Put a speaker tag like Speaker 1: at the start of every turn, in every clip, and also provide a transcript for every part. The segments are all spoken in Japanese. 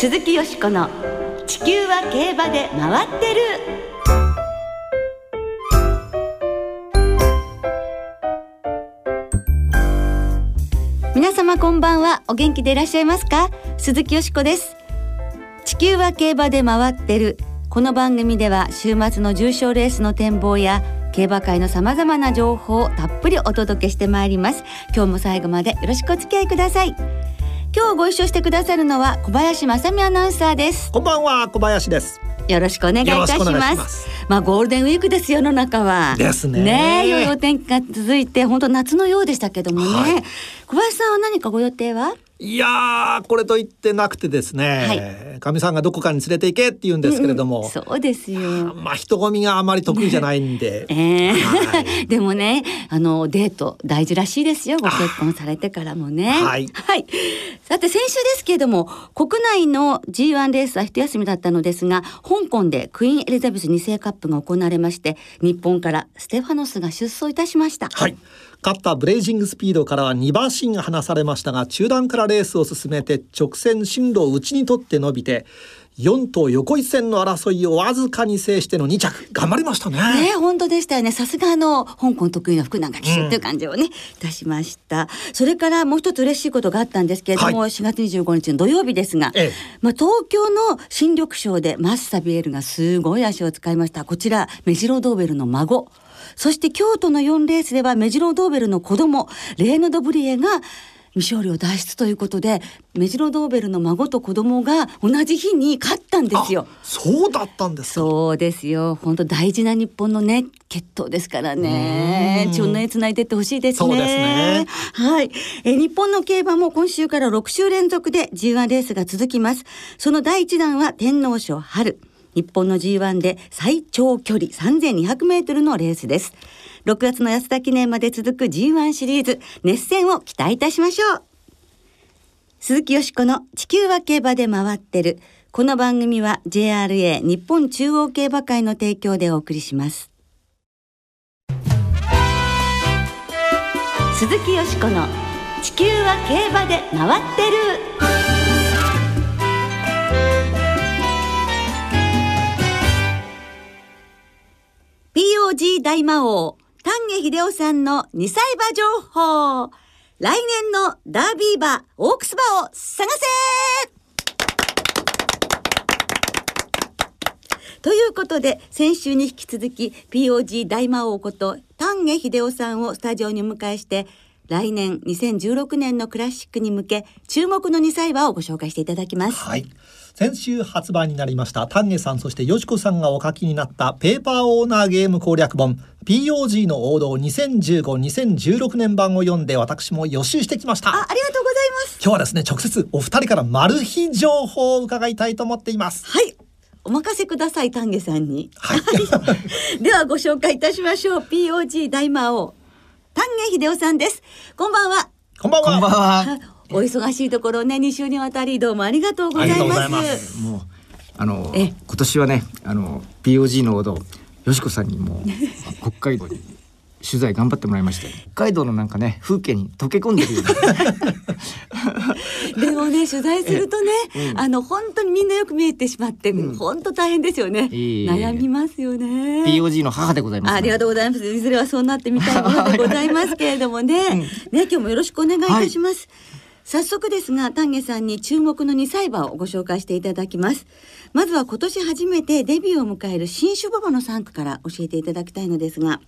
Speaker 1: 鈴木よしこの地球は競馬で回ってる。皆様こんばんは。お元気でいらっしゃいますか？鈴木よしこです。地球は競馬で回ってる。この番組では週末の重賞レースの展望や競馬界のさまざまな情報をたっぷりお届けしてまいります。今日も最後までよろしくお付き合いください。今日ご一緒してくださるのは小林正美アナウンサーです。
Speaker 2: こんばんは、小林です。
Speaker 1: よろしくお願いいたします。ゴールデンウィークですよ、世の中は
Speaker 2: ですね。
Speaker 1: 良いお天気が続いて本当夏のようでしたけどもね、はい、小林さんは何かご予定は？
Speaker 2: いやー、これと言ってなくてですね、かみさんがどこかに連れて行けって言うんですけれども、
Speaker 1: そうですよ。
Speaker 2: 人混みがあまり得意じゃないんで、
Speaker 1: はい、でもね、デート大事らしいですよ。ご結婚されてからもね。はい、はい、さて先週ですけれども、国内の G1 レースは一休みだったのですが、香港でクイーンエリザベス2世カップが行われまして、日本からステファノスが出走いたしました。
Speaker 2: はい、勝ったブレイジングスピードからは2馬身離されましたが、中段からレースを進めて直線進路を内に取って伸びて4頭横一線の争いをわずかに制しての2着、頑張りましたね。
Speaker 1: 本当でしたよね。さすが香港得意の福永騎手という感じをね、いたしました。それからもう一つ嬉しいことがあったんですけれども、4月25日の土曜日ですが、東京の新緑賞でマッサビエルがすごい足を使いました。こちらメジロドーベルの孫、そして京都の4レースではメジロドーベルの子供レーヌ・ドブリエが未勝利を脱出ということで、メジロドーベルの孫と子供が同じ日に勝ったんですよ。
Speaker 2: そうだったんですか。
Speaker 1: そうですよ。本当大事な日本のね決闘ですからね、血をつないでってほしいですね。
Speaker 2: そうですね。
Speaker 1: はい、日本の競馬も今週から6週連続で G1 レースが続きます。その第1弾は天皇賞春、日本の G1 で最長距離3200メートルのレースです。6月の安田記念まで続く G1 シリーズ、熱戦を期待いたしましょう。鈴木よしこの地球は競馬で回ってる。この番組は JRA 日本中央競馬会の提供でお送りします。鈴木よしこの地球は競馬で回ってる。POG 大魔王丹下秀夫さんの2歳馬情報。来年のダービー馬オークス馬を探せということで、先週に引き続き POG 大魔王こと丹下秀夫さんをスタジオにお迎えして、来年2016年のクラシックに向け注目の2歳馬をご紹介していただきます。
Speaker 2: はい、先週発売になりました丹下さん、そしてよしこさんがお書きになったペーパーオーナーゲーム攻略本 POG の王道2015-2016年版を読んで、私も予習してきました。
Speaker 1: ありがとうございます。
Speaker 2: 今日はですね、直接お二人からマル秘情報を伺いたいと思っています。
Speaker 1: はい、お任せください、丹下さんに。
Speaker 2: はい
Speaker 1: ではご紹介いたしましょう。 POG 大魔王丹下秀夫さんです。こんばんは。
Speaker 2: こんばんは。
Speaker 3: こんばんは。
Speaker 1: お忙しいところね、2週にわたりどうもありがとうございます。
Speaker 2: ありがとうございます。
Speaker 3: もう今年はね、POG の王道よしこさんにも北海道に取材頑張ってもらいまして、北海道のなんかね風景に溶け込んでるような
Speaker 1: でもね、取材するとね、本当にみんなよく見えてしまって、本当大変ですよね。悩みますよね。
Speaker 3: POG の母でございます。
Speaker 1: ありがとうございます。いずれはそうなってみたいものでございますけれどもね、今日もよろしくお願いいたします。早速ですが、丹下さんに注目の2歳馬をご紹介していただきます。まずは今年初めてデビューを迎える新種馬場の3区から教えていただきたいのですが、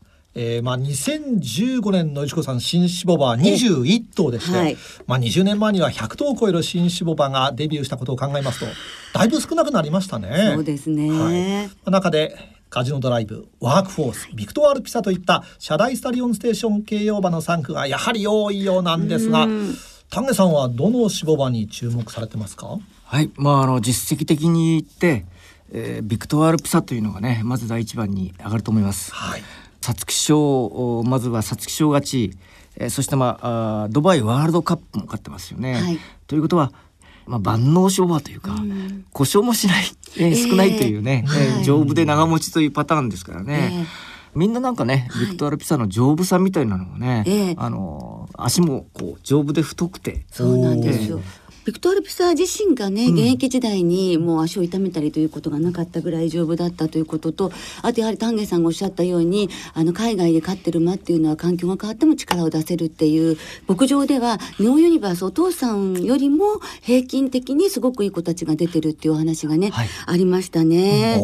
Speaker 2: 2015年のよしこさん新種馬場21頭でして、20年前には100頭を超える新種馬場がデビューしたことを考えますと、だいぶ少なくなりましたね。
Speaker 1: そうですね。
Speaker 2: 中でカジノドライブ、ワークフォース、ビクトワールピサといった社大スタリオンステーション系用馬の3区がやはり多いようなんですが、丹下さんはどの種馬場に注目されてますか？
Speaker 3: はい、実績的に言って、ビクトワールピサというのがね、まず第一番に上がると思います。皐月賞、まずは皐月賞勝ち、そしてドバイワールドカップも勝ってますよね。ということは、万能種馬というか、故障もしない、少ないというね、丈夫で長持ちというパターンですからね。みんななんかね、ビクトワールピサの丈夫さみたいなのがね、足もこう丈夫で太くて、
Speaker 1: そうなんですよ。 ビクトワル・ピサ自身がね、現役時代にもう足を痛めたりということがなかったぐらい丈夫だったということと、あとやはり丹下さんがおっしゃったように海外で飼ってる馬っていうのは環境が変わっても力を出せるっていう、牧場ではネオユニバースお父さんよりも平均的にすごくいい子たちが出てるっていうお話がね、はい、ありましたね。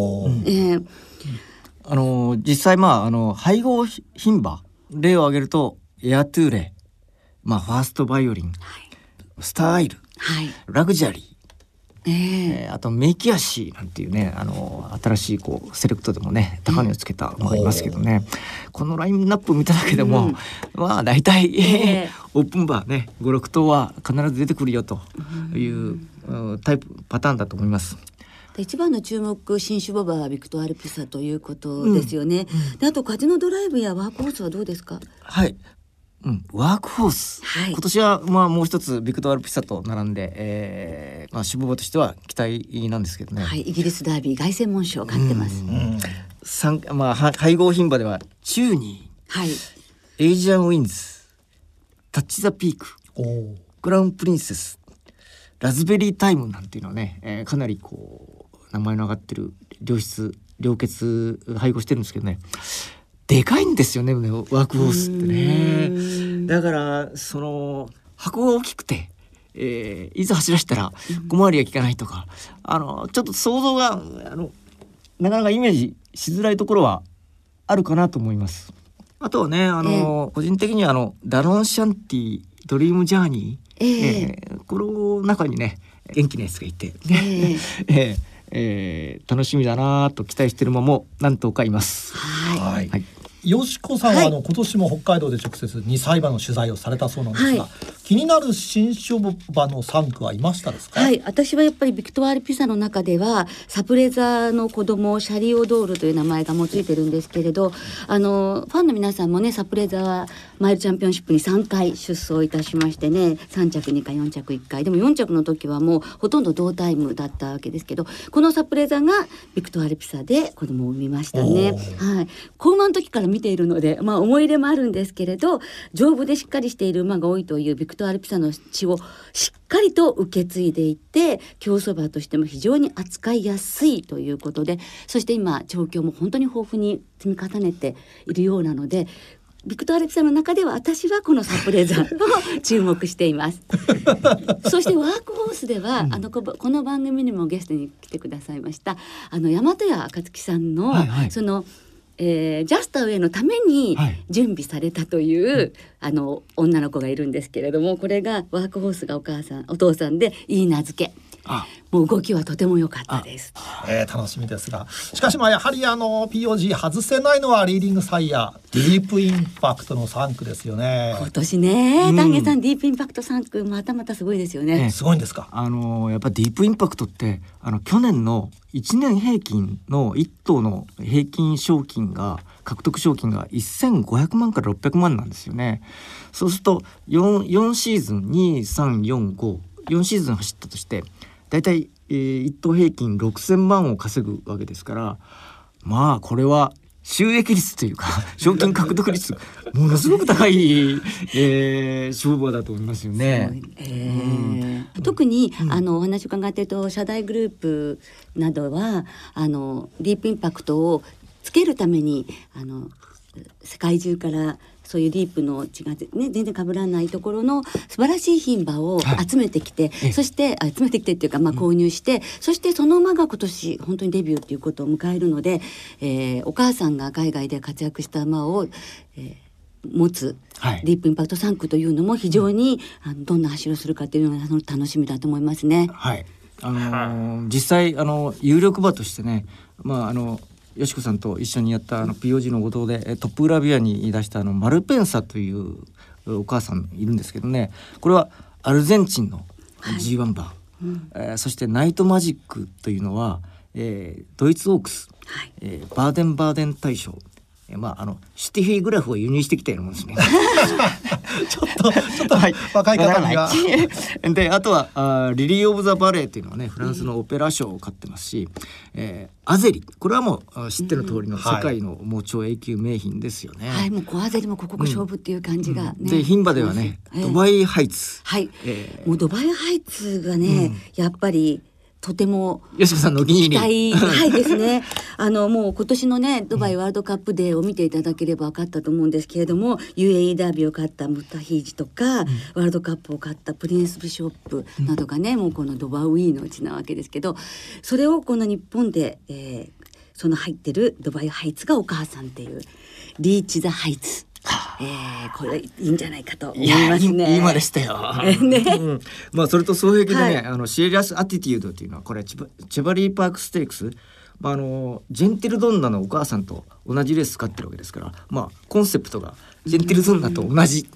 Speaker 3: 実際配合牝馬例を挙げるとエアトゥーレ、ファーストバイオリン、はい、スターアイル、はい、ラグジュアリー、あとメイキアシーなんていうね新しいセレクトでもね高値をつけたのがいますけどね、このラインナップ見ただけでも、大体、オープンバーね 5,6 頭は必ず出てくるよという、パターンだと思います。
Speaker 1: 一番の注目新種牡馬はビクトワル・ピサということですよね。であとカジノドライブやワークホースはどうですか？
Speaker 3: はい、ワークホース、はい、今年はもう一つビクトワル・ピサと並んで、種牡馬としては期待なんですけどね、
Speaker 1: はい、イギリスダービー凱旋門賞を勝ってます。
Speaker 3: 配合牝馬ではチューニー、はい、エイジアンウィンズ、タッチ・ザ・ピーク、クラウン・プリンセス、ラズベリータイムなんていうのはね、かなり名前の上がってる良血配合してるんですけどね、でかいんですよねワークホースってね。だから箱が大きくて、いざ走らせたら小回りが効かないとか、ちょっと想像がなかなかイメージしづらいところはあるかなと思います。あとはね個人的にはダノンシャンティドリームジャーニー、この中にね元気なやつがいて、楽しみだなと期待している馬も何頭かいます。
Speaker 2: はい、よしこさんは今年も北海道で直接2歳馬の取材をされたそうなんですが、気になる新種馬の3区はいましたですか？
Speaker 1: はい、私はやっぱりビクトワル・ピサの中ではサプレザの子供シャリオドールという名前がもついてるんですけれど、ファンの皆さんもねサプレザはマイルチャンピオンシップに3回出走いたしましてね、3着2回4着1回でも4着の時はもうほとんど同タイムだったわけですけど、このサプレザがビクトワル・ピサで子供を産みましたね。はい、子馬の時から見ているので、思い入れもあるんですけれど、丈夫でしっかりしている馬が多いというビクトワル・ピサの血をしっかりと受け継いでいて、競走馬としても非常に扱いやすいということで、そして今調教も本当に豊富に積み重ねているようなので、ビクトワル・ピサの中では私はこのサプレザを注目していますそしてワークホースでは、この番組にもゲストに来てくださいました大和屋暁さんの、そのジャスタウェイのために準備されたという、女の子がいるんですけれども、これがワークホースがお父さんでいい名付け。もう動きはとても良かったです。
Speaker 2: 楽しみですが、しかしやはりPOG 外せないのはリーディングサイヤーディープインパクトの3区ですよね。
Speaker 1: 今年ね、丹下さんディープインパクト3区またすごいですよね。
Speaker 2: すごいんですか？
Speaker 3: やっぱディープインパクトって去年の1年平均の1頭の平均賞金が獲得賞金が1500万から600万なんですよね。そうすると 4シーズン2,3,4,5,4シーズン走ったとしてだいたい1頭平均6000万を稼ぐわけですから、これは収益率というか賞金獲得率ものすごく高い、勝負だと思いますよね。
Speaker 1: 特にお話を伺っていると社大グループなどはディープインパクトをつけるために世界中からそういうディープの血が、全然被らないところの素晴らしい牝馬を集めてきて、そして集めてきてっていうか、購入して、そしてその馬が今年本当にデビューっていうことを迎えるので、お母さんが海外で活躍した馬を、持つディープインパクト3区というのも非常に、どんな走りをするかっていうのが楽しみだと思いますね。
Speaker 3: 実際有力馬としてね、よしこさんと一緒にやったPOG の後藤でトップグラビアに出したマルペンサというお母さんいるんですけどね、これはアルゼンチンの G1 馬、そしてナイトマジックというのは、ドイツオークス、バーデン大賞シティフィグラフを輸入してきたようなもんですね。
Speaker 2: ちょっと若い方には
Speaker 3: で、あとはリリー・オブ・ザ・バレエというのはね、フランスのオペラ賞を買ってますし、アゼリ、これはもう知ってる通りの世界のもう超永久名品ですよね。
Speaker 1: はい、もうアゼリもここ勝負っていう感じがね。
Speaker 3: で、牝馬ではね、ドバイハイツ、
Speaker 1: もうドバイハイツがね、やっぱりとても
Speaker 3: よしこさんのお気に入り
Speaker 1: はいですね。もう今年のねドバイワールドカップデーを見ていただければ分かったと思うんですけれども、UAE ダービーを勝ったムタヒージとか、ワールドカップを勝ったプリンスビショップなどがね、もうこのドバウィーのうちなわけですけど、それをこの日本で、その入ってるドバイハイツがお母さんっていうリーチ・ザ・ハイツ。これいいんじゃないかと思いますね。
Speaker 3: 今でしたよ。それと双璧でね、シエリアス・アティテュードというのはこれチェバリー・パークステークス、ジェンティルドンナのお母さんと同じレース使ってるわけですから、コンセプトがジェンティルドンナと同じ。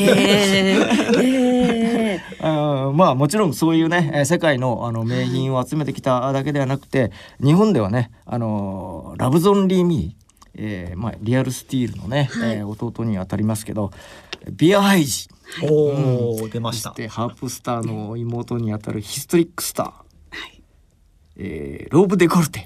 Speaker 3: もちろんそういうね世界の名品を集めてきただけではなくて、日本ではねラブゾンリーミー、リアルスティールのね、弟にあたりますけどビアハイジ、
Speaker 2: 出ました。
Speaker 3: そしてハープスターの妹にあたるヒストリックスター、ローブデコルテ、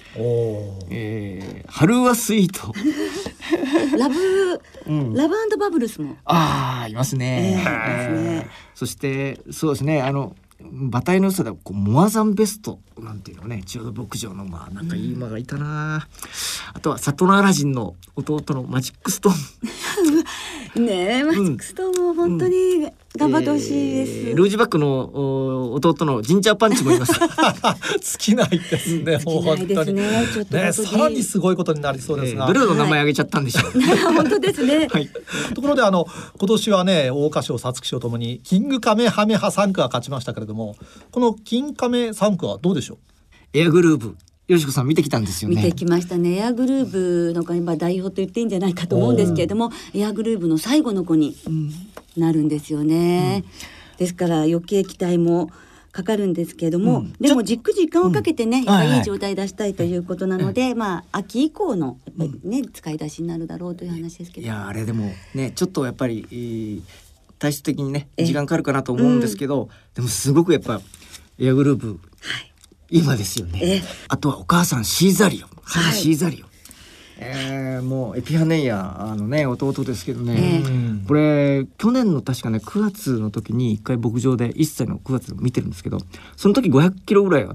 Speaker 3: ハルーアスイート
Speaker 1: ラブ&バブルスも
Speaker 3: いますね。そしてそうですね、馬体の良さでモアザンベストなんていうのね、中央牧場のなんかいい馬がいたな。あとはサトナアラジンの弟のマジックストーン
Speaker 1: ねえ、マジックストーンも本当に頑張ってほしいです。
Speaker 3: ルージバックの弟のジンジャーパンチもいます。
Speaker 2: 尽きないですね。もう本当にね、さらにすごいことになりそうですが、
Speaker 3: どれの名前あげちゃったんでしょう。
Speaker 1: 本当ですね。
Speaker 2: ところで今年はね、桜花賞皐月賞ともにキングカメハメハ3区が勝ちましたけれども、このキンカメ3区はどうでしょう。
Speaker 3: エアグルーヴ、よしこさん見てきたんですよね。
Speaker 1: 見てきましたね。エアグルーヴの今代表と言っていいんじゃないかと思うんですけれども、エアグルーヴの最後の子になるんですよね。ですから余計期待もかかるんですけれども、でもじっくり時間をかけてね、やっぱりいい状態出したいということなので、秋以降のやっぱりね、使い出しになるだろうという話ですけど、
Speaker 3: いやあれでもねちょっとやっぱり体質的にね時間かかるかなと思うんですけど、でもすごくやっぱエアグルーヴ、今ですよね。あとはお母さんシーザリオ、母シーザリオ、もうエピファネイアのね弟ですけどね、これ去年の確かね9月の時に1回牧場で1歳の9月見てるんですけど、その時500キロぐらいあって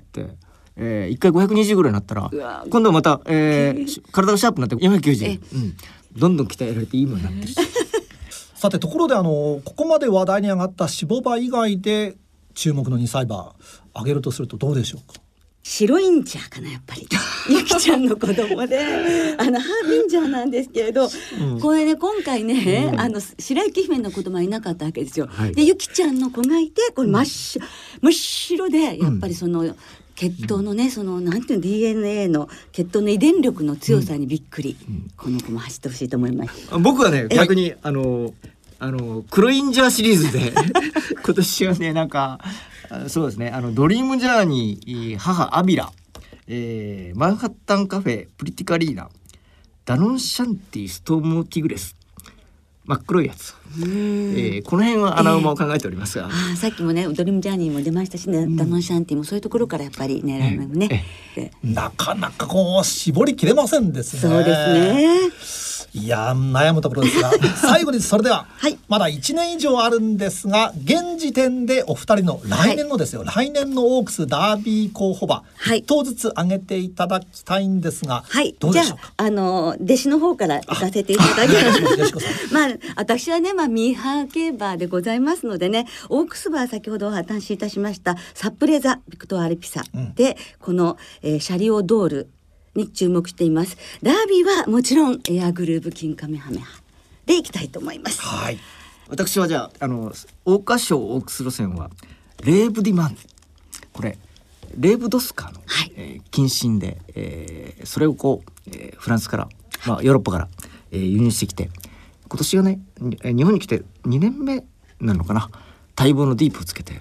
Speaker 3: 、1回520ぐらいになったら今度はまた、体がシャープになって490、どんどん鍛えられていいものになってる。
Speaker 2: さて、ところでここまで話題に上がった脂肪馬以外で注目の2歳馬挙げるとするとどうでしょうか。
Speaker 1: 白インジャーかな、やっぱりゆきちゃんの子供でハービンジャーなんですけれど、これね今回ね、白雪姫の子供はいなかったわけですよ。でゆきちゃんの子がいて、これ真っ白で、やっぱりその血統のね、そのなんていうの DNA の血統の遺伝力の強さにびっくり、この子も走ってほしいと思います。
Speaker 3: 僕はね逆に黒インジャーシリーズで今年はねなんかそうですね、ドリームジャーニー、母アビラ、マンハッタンカフェプリティカリーナ、ダノンシャンティストームティグレス、真っ黒いやつ、この辺は穴馬を考えておりますが、
Speaker 1: さっきもねドリームジャーニーも出ましたしね、ダノンシャンティもそういうところからやっぱり狙いますね。
Speaker 2: なかなか絞りきれませんですね。
Speaker 1: そうですね。
Speaker 2: いや悩むところですが最後にそれでは、まだ1年以上あるんですが、現時点でお二人の来年のですよ、来年のオークスダービー候補馬1頭ずつ挙げていただきたいんですが、どうでしょうか。
Speaker 1: じゃあ弟子の方から行かせていただきます。私はね、ミーハー競馬でございますのでね、オークス馬は先ほどお話しいたしましたサプレザビクトワールピサで、この、シャリオドールに注目しています。ダービーはもちろんエアグルーヴキンカメハメハでいきたいと思います。
Speaker 3: 私はじゃあ桜花賞オークス路線はレーブ・ディマン、これレーブ・ドスカーの、近親で、それをフランスから、ヨーロッパから、輸入してきて、今年がね日本に来て2年目なのかな、待望のディープをつけて、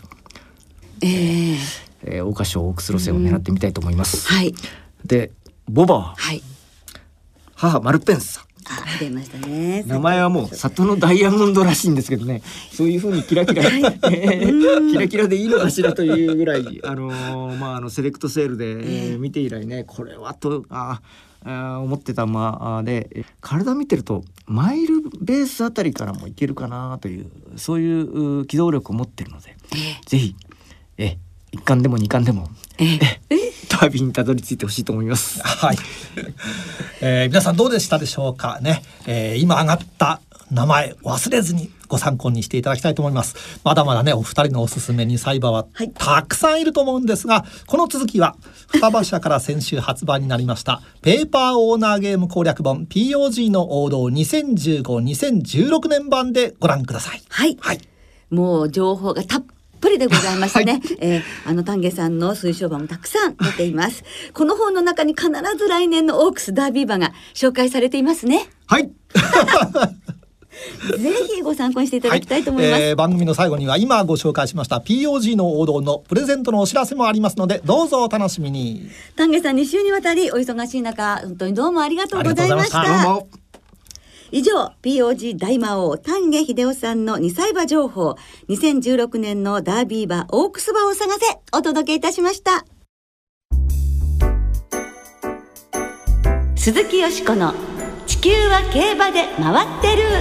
Speaker 3: 桜花賞オークス路線を狙ってみたいと思います。でボバは、母マルペンサ、
Speaker 1: 出ましたね。
Speaker 3: 名前はもう里のダイヤモンドらしいんですけどね、そういう風にキラキラキラキラでいいのかしらというぐらいセレクトセールで、見て以来ね、これはと思ってたで、体見てるとマイルベースあたりからもいけるかなという、そういう機動力を持ってるので、ぜひ1冠でも2冠でもダービーにたどり着いてほしいと思います。
Speaker 2: はい。皆さんどうでしたでしょうかね。今上がった名前忘れずにご参考にしていただきたいと思います。まだまだね、お二人のおすすめ2歳馬はたくさんいると思うんですが、この続きは双葉社から先週発売になりましたペーパーオーナーゲーム攻略本 POG の王道2015-2016年版でご覧ください。
Speaker 1: はい、もう情報がたっぷりでございましてね、丹下さんの推奨馬もたくさん出ています。この本の中に必ず来年のオークスダービー馬が紹介されていますね。
Speaker 2: はい
Speaker 1: ぜひご参考にしていただきたいと思います。
Speaker 2: 番組の最後には今ご紹介しました POG の王道のプレゼントのお知らせもありますので、どうぞお楽しみに。
Speaker 1: 丹下さん2週にわたりお忙しい中、本当にどうもありがとうございました。
Speaker 2: どうも。
Speaker 1: 以上 POG 大魔王丹下秀夫さんの2歳馬情報、2016年のダービー馬オークス馬を探せお届けいたしました。鈴木よしこの地球は競馬で回ってる。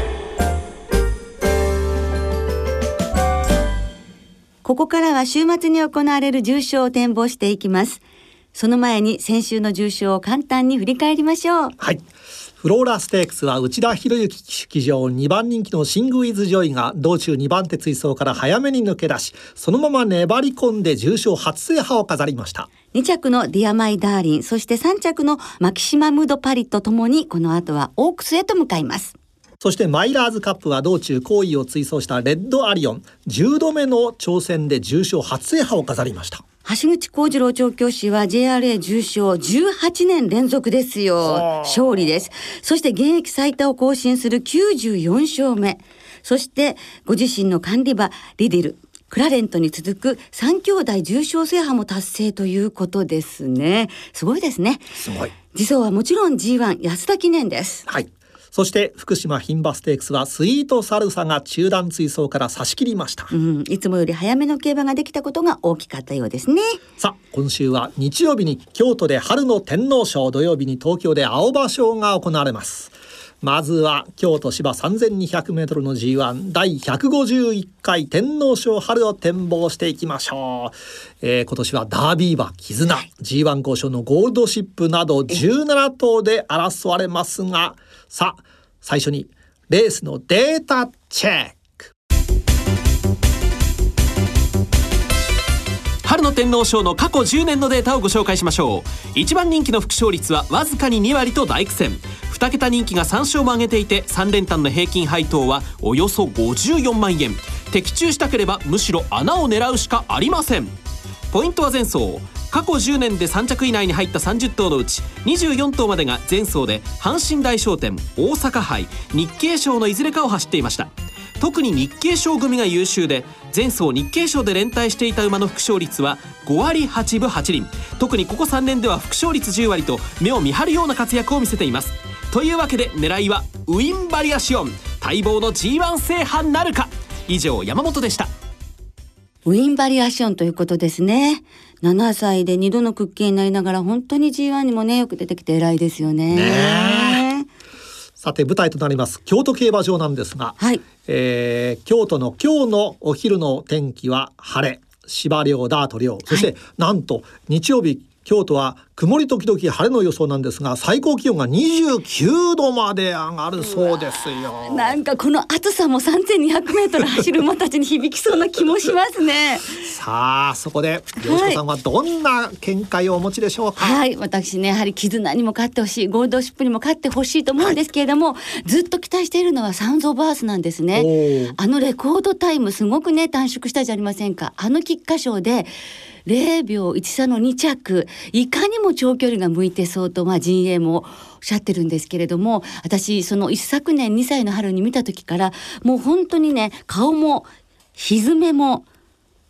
Speaker 1: ここからは週末に行われる重賞を展望していきます。その前に先週の重賞を簡単に振り返りましょう。
Speaker 2: はい。フローラステークスは内田博之騎手騎乗、2番人気のシングウィズジョイが道中2番手追走から早めに抜け出し、そのまま粘り込んで重賞初制覇を飾りました。
Speaker 1: 2着のディアマイダーリン、そして3着のマキシマムドパリとともにこの後はオークスへと向かいます。
Speaker 2: そしてマイラーズカップは道中好位を追走したレッドアリオン、10度目の挑戦で重賞初制覇を飾りました。
Speaker 1: 橋口幸次郎調教師は JRA 重賞18年連続ですよ。勝利です。そして現役最多を更新する94勝目。そしてご自身の管理馬リディル、クラレントに続く3兄弟重賞制覇も達成ということですね。すごいですね。
Speaker 2: すごい。
Speaker 1: 次走はもちろん G1 安田記念です。
Speaker 2: はい。そして福島牝馬ステークスはスイートサルサが中段追走から差し切りました。
Speaker 1: いつもより早めの競馬ができたことが大きかったようですね。
Speaker 2: さあ今週は日曜日に京都で春の天皇賞、土曜日に東京で青葉賞が行われます。まずは京都芝 3200m の G1 第151回天皇賞春を展望していきましょう。今年はダービー馬絆、G1 5勝のゴールドシップなど17頭で争われますが、さあ最初にレースのデータチェック。
Speaker 4: 春の天皇賞の過去10年のデータをご紹介しましょう。1番人気の副勝率はわずかに2割と大苦戦。2桁人気が3勝も挙げていて、3連単の平均配当はおよそ54万円。的中したければむしろ穴を狙うしかありません。ポイントは前走。過去10年で3着以内に入った30頭のうち24頭までが前走で阪神大賞典、大阪杯、日経賞のいずれかを走っていました。特に日経賞組が優秀で、前走日経賞で連帯していた馬の副勝率は5割8分8厘。特にここ3年では副勝率10割と目を見張るような活躍を見せています。というわけで狙いはウィンバリアシオン、待望の G1 制覇なるか。以上山本でした。
Speaker 1: ウィンバリアションということですね。7歳で2度のクッキーになりながら本当に G1 にもねよく出てきて偉いですよね。
Speaker 2: さて舞台となります京都競馬場なんですが、
Speaker 1: はい、
Speaker 2: 京都の今日のお昼の天気は晴れ、芝涼ダート涼、そして、なんと日曜日京都は曇り時々晴れの予想なんですが、最高気温が29度まで上がるそうですよ。
Speaker 1: なんかこの暑さも 3200m 走る馬たちに響きそうな気もしますね。
Speaker 2: さあそこでよしこさんはどんな見解をお持ちでしょうか。
Speaker 1: はい、私ねやはり絆にも勝ってほしい、ゴールドシップにも勝ってほしいと思うんですけれども、ずっと期待しているのはサウンズオブアースなんですね。あのレコードタイムすごくね短縮したじゃありませんか。あの菊花賞で0秒1差の2着、いかにも長距離が向いてそうと、陣営もおっしゃってるんですけれども、私その一昨年2歳の春に見た時からもう本当にね顔もひずめも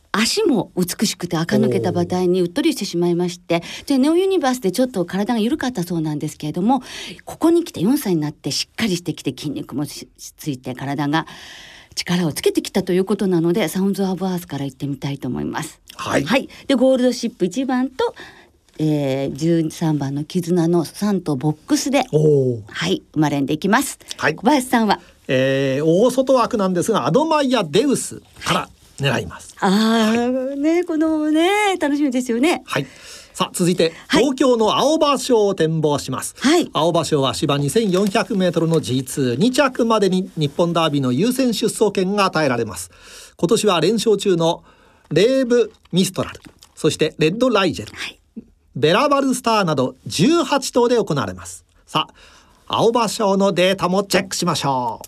Speaker 1: 足も美しくて垢抜けた馬体にうっとりしてしまいまして、でネオユニバースでちょっと体が緩かったそうなんですけれども、ここに来て4歳になってしっかりしてきて、筋肉もついて体が力をつけてきたということなので、サウンズ・オブ・アースから行ってみたいと思います。はい、はい、でゴールドシップ1番と、13番の絆の3頭ボックスで、はい、生まれんでいきます。はい、小林さんは、
Speaker 2: 大外枠なんですがアドマイヤ・デウスから狙います。
Speaker 1: ね、このね楽しみですよね。
Speaker 2: はい。さあ続いて東京の青葉賞を展望します。はい、青葉賞は芝 2400m の G22 着までに日本ダービーの優先出走権が与えられます。今年は連勝中のレーブ・ミストラル、そしてレッド・ライジェル、はい、ベラバルスターなど18頭で行われます。さあ青葉賞のデータもチェックしましょう。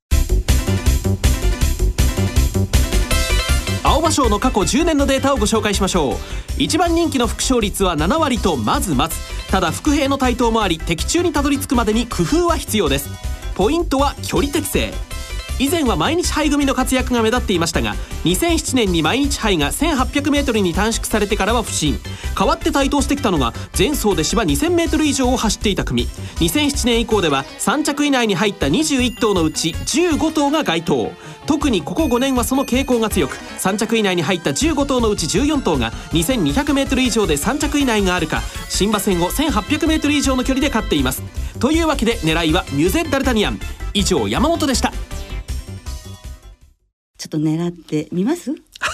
Speaker 4: 青葉賞の過去10年のデータをご紹介しましょう。1番人気の副勝率は7割とまずまず、ただ伏兵の台頭もあり的中にたどり着くまでに工夫は必要です。ポイントは距離適正。以前は毎日杯組の活躍が目立っていましたが、2007年に毎日杯が 1800m に短縮されてからは不振。代わって台頭してきたのが前走で芝 2000m 以上を走っていた組。2007年以降では3着以内に入った21頭のうち15頭が該当。特にここ5年はその傾向が強く、3着以内に入った15頭のうち14頭が 2200m 以上で3着以内があるか、新馬戦を 1800m 以上の距離で勝っています。というわけで狙いはミュゼ・ダルタニアン。以上山本でした。
Speaker 1: ちょっと狙ってみます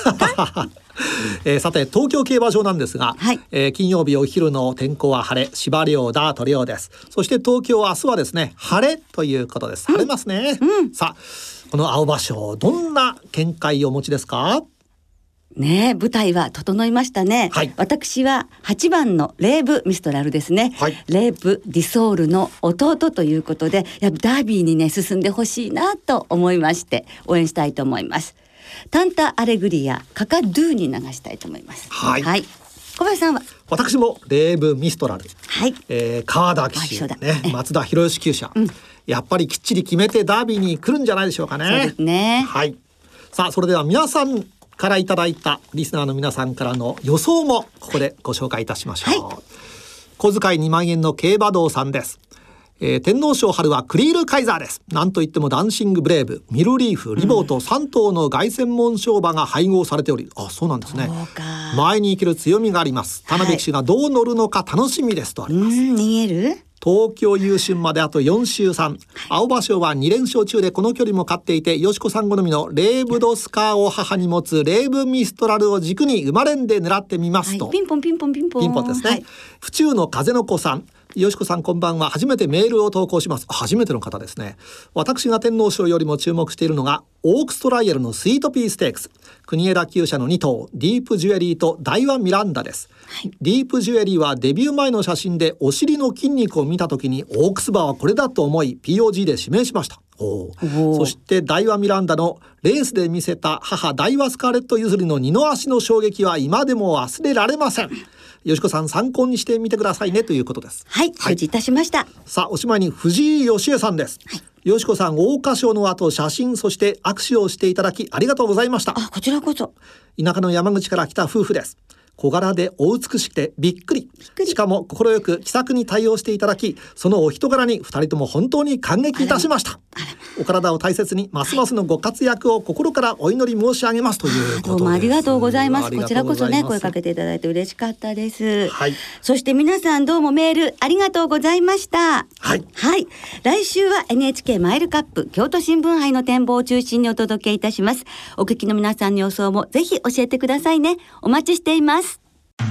Speaker 2: さて東京競馬場なんですが、はい、金曜日お昼の天候は晴れ、芝涼ダート涼です。そして東京明日はですね晴れということです。晴れますね、さあこの青葉賞どんな見解をお持ちですか
Speaker 1: ね。舞台は整いましたね、はい、私は8番のレーブ・ミストラルですね、はい、レーブ・ディソールの弟ということで、ダービーにね進んでほしいなと思いまして応援したいと思います。タンタ・アレグリア、カカドゥに流したいと思います。はい、はい、小林さんは？
Speaker 2: 私もレーブ・ミストラル、はい、川田騎手、ね、松田博義厩舎、やっぱりきっちり決めてダービーに来るんじゃないでしょうかね。
Speaker 1: そうですね、
Speaker 2: はい、さあそれでは皆さんからいただいたリスナーの皆さんからの予想もここでご紹介いたしましょう。はい、小遣い2万円の競馬道さんです。天皇賞春はクリールカイザーです。なんといってもダンシングブレイブ、ミルリーフ、リボーと3頭の凱旋門賞馬が配合されており、そうなんですね。前に行ける強みがあります。田辺騎手がどう乗るのか楽しみですとあります。
Speaker 1: 逃げる
Speaker 2: 東京優春まであと4週3、青葉賞は2連勝中でこの距離も勝っていて、よしこさん好みのレーブドスカーを母に持つレーブミストラルを軸に生まれんで狙ってみますと、
Speaker 1: ピンポンピンポンピンポン
Speaker 2: ピンポンですね、府中の風の子さん、よしこさんこんばんは。初めてメールを投稿します。初めての方ですね。私が天皇賞よりも注目しているのがオークストライヤルのスイートピーステークス、国枝厩舎の2頭ディープジュエリーとダイワミランダです。はい、ディープジュエリーはデビュー前の写真でお尻の筋肉を見た時にオークス馬はこれだと思い POG で指名しました。そしてダイワミランダのレースで見せた母ダイワスカーレット譲りの二の足の衝撃は今でも忘れられません。よしこさん参考にしてみてくださいねということです。
Speaker 1: はい、承知いたしました。
Speaker 2: さあおしまいに藤井義恵さんです。はい、よしこさん桜花賞の後写真そして握手をしていただきありがとうございました。
Speaker 1: こちらこそ。
Speaker 2: 田舎の山口から来た夫婦です。小柄でお美しくてびっくり、しかも快く気さくに対応していただき、そのお人柄に2人とも本当に感激いたしました。お体を大切にますますのご活躍を心からお祈り申し上げますということです。
Speaker 1: どうもありがとうございます。こちらこそね声かけていただいて嬉しかったです。はい、そして皆さんどうもメールありがとうございました。はい、はい、来週は NHK マイルカップ京都新聞杯の展望を中心にお届けいたします。お聞きの皆さんの予想もぜひ教えてくださいね。お待ちしています。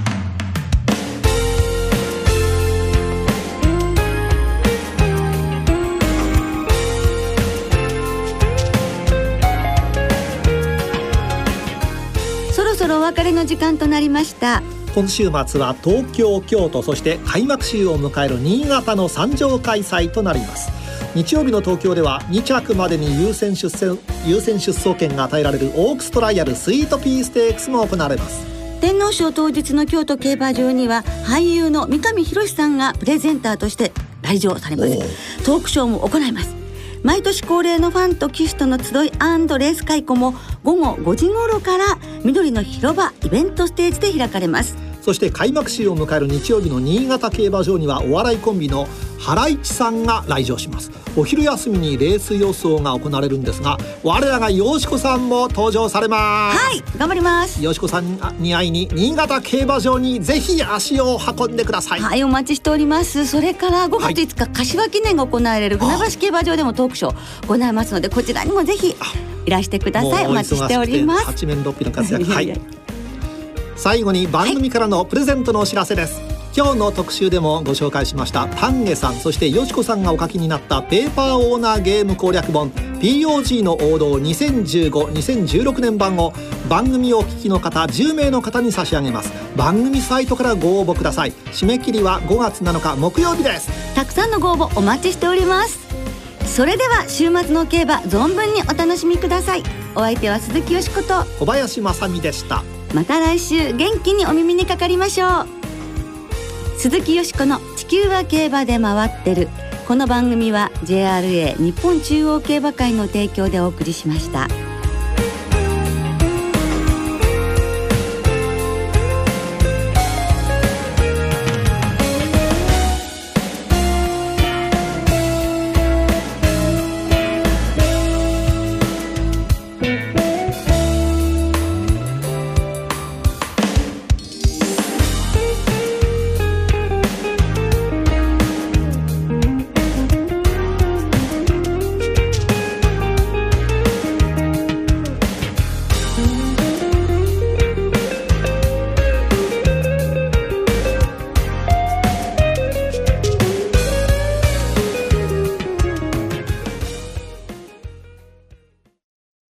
Speaker 1: そろお別れの時間となりました。
Speaker 2: 今週末は東京、京都、そして開幕週を迎える新潟の3場開催となります。日曜日の東京では2着までに優先出走権が与えられるオークストライヤルスイートピーステークスも行われます。
Speaker 1: 天皇賞当日の京都競馬場には俳優の三上博史さんがプレゼンターとして来場されます。トークショーも行います。 毎年恒例のファンと騎手との集い&レース会考も午後5時頃から緑の広場イベントステージで開かれます。
Speaker 2: そして開幕週を迎える日曜日の新潟競馬場にはお笑いコンビのハライチさんが来場します。お昼休みにレース予想が行われるんですが、我らがよしこさんも登場されます。
Speaker 1: はい、頑張ります。
Speaker 2: よしこさんに会いに新潟競馬場にぜひ足を運んでください。
Speaker 1: はい、お待ちしております。それから5月5日、柏記念が行われる船橋競馬場でもトークショー行いますので、こちらにもぜひいらしてください。お待ちしております。
Speaker 2: 八面六臂の活躍はい。最後に番組からのプレゼントのお知らせです。今日の特集でもご紹介しました丹下さん、そしてよしこさんがお書きになったペーパーオーナーゲーム攻略本 POG の王道2015-2016年版を番組をお聞きの方10名の方に差し上げます。番組サイトからご応募ください。締め切りは5月7日木曜日です。
Speaker 1: たくさんのご応募お待ちしております。それでは週末の競馬存分にお楽しみください。お相手は鈴木よしこと
Speaker 2: 小林正美でした。
Speaker 1: また来週元気にお耳にかかりましょう。鈴木よしこの地球は競馬で回ってる。この番組は JRA 日本中央競馬会の提供でお送りしました。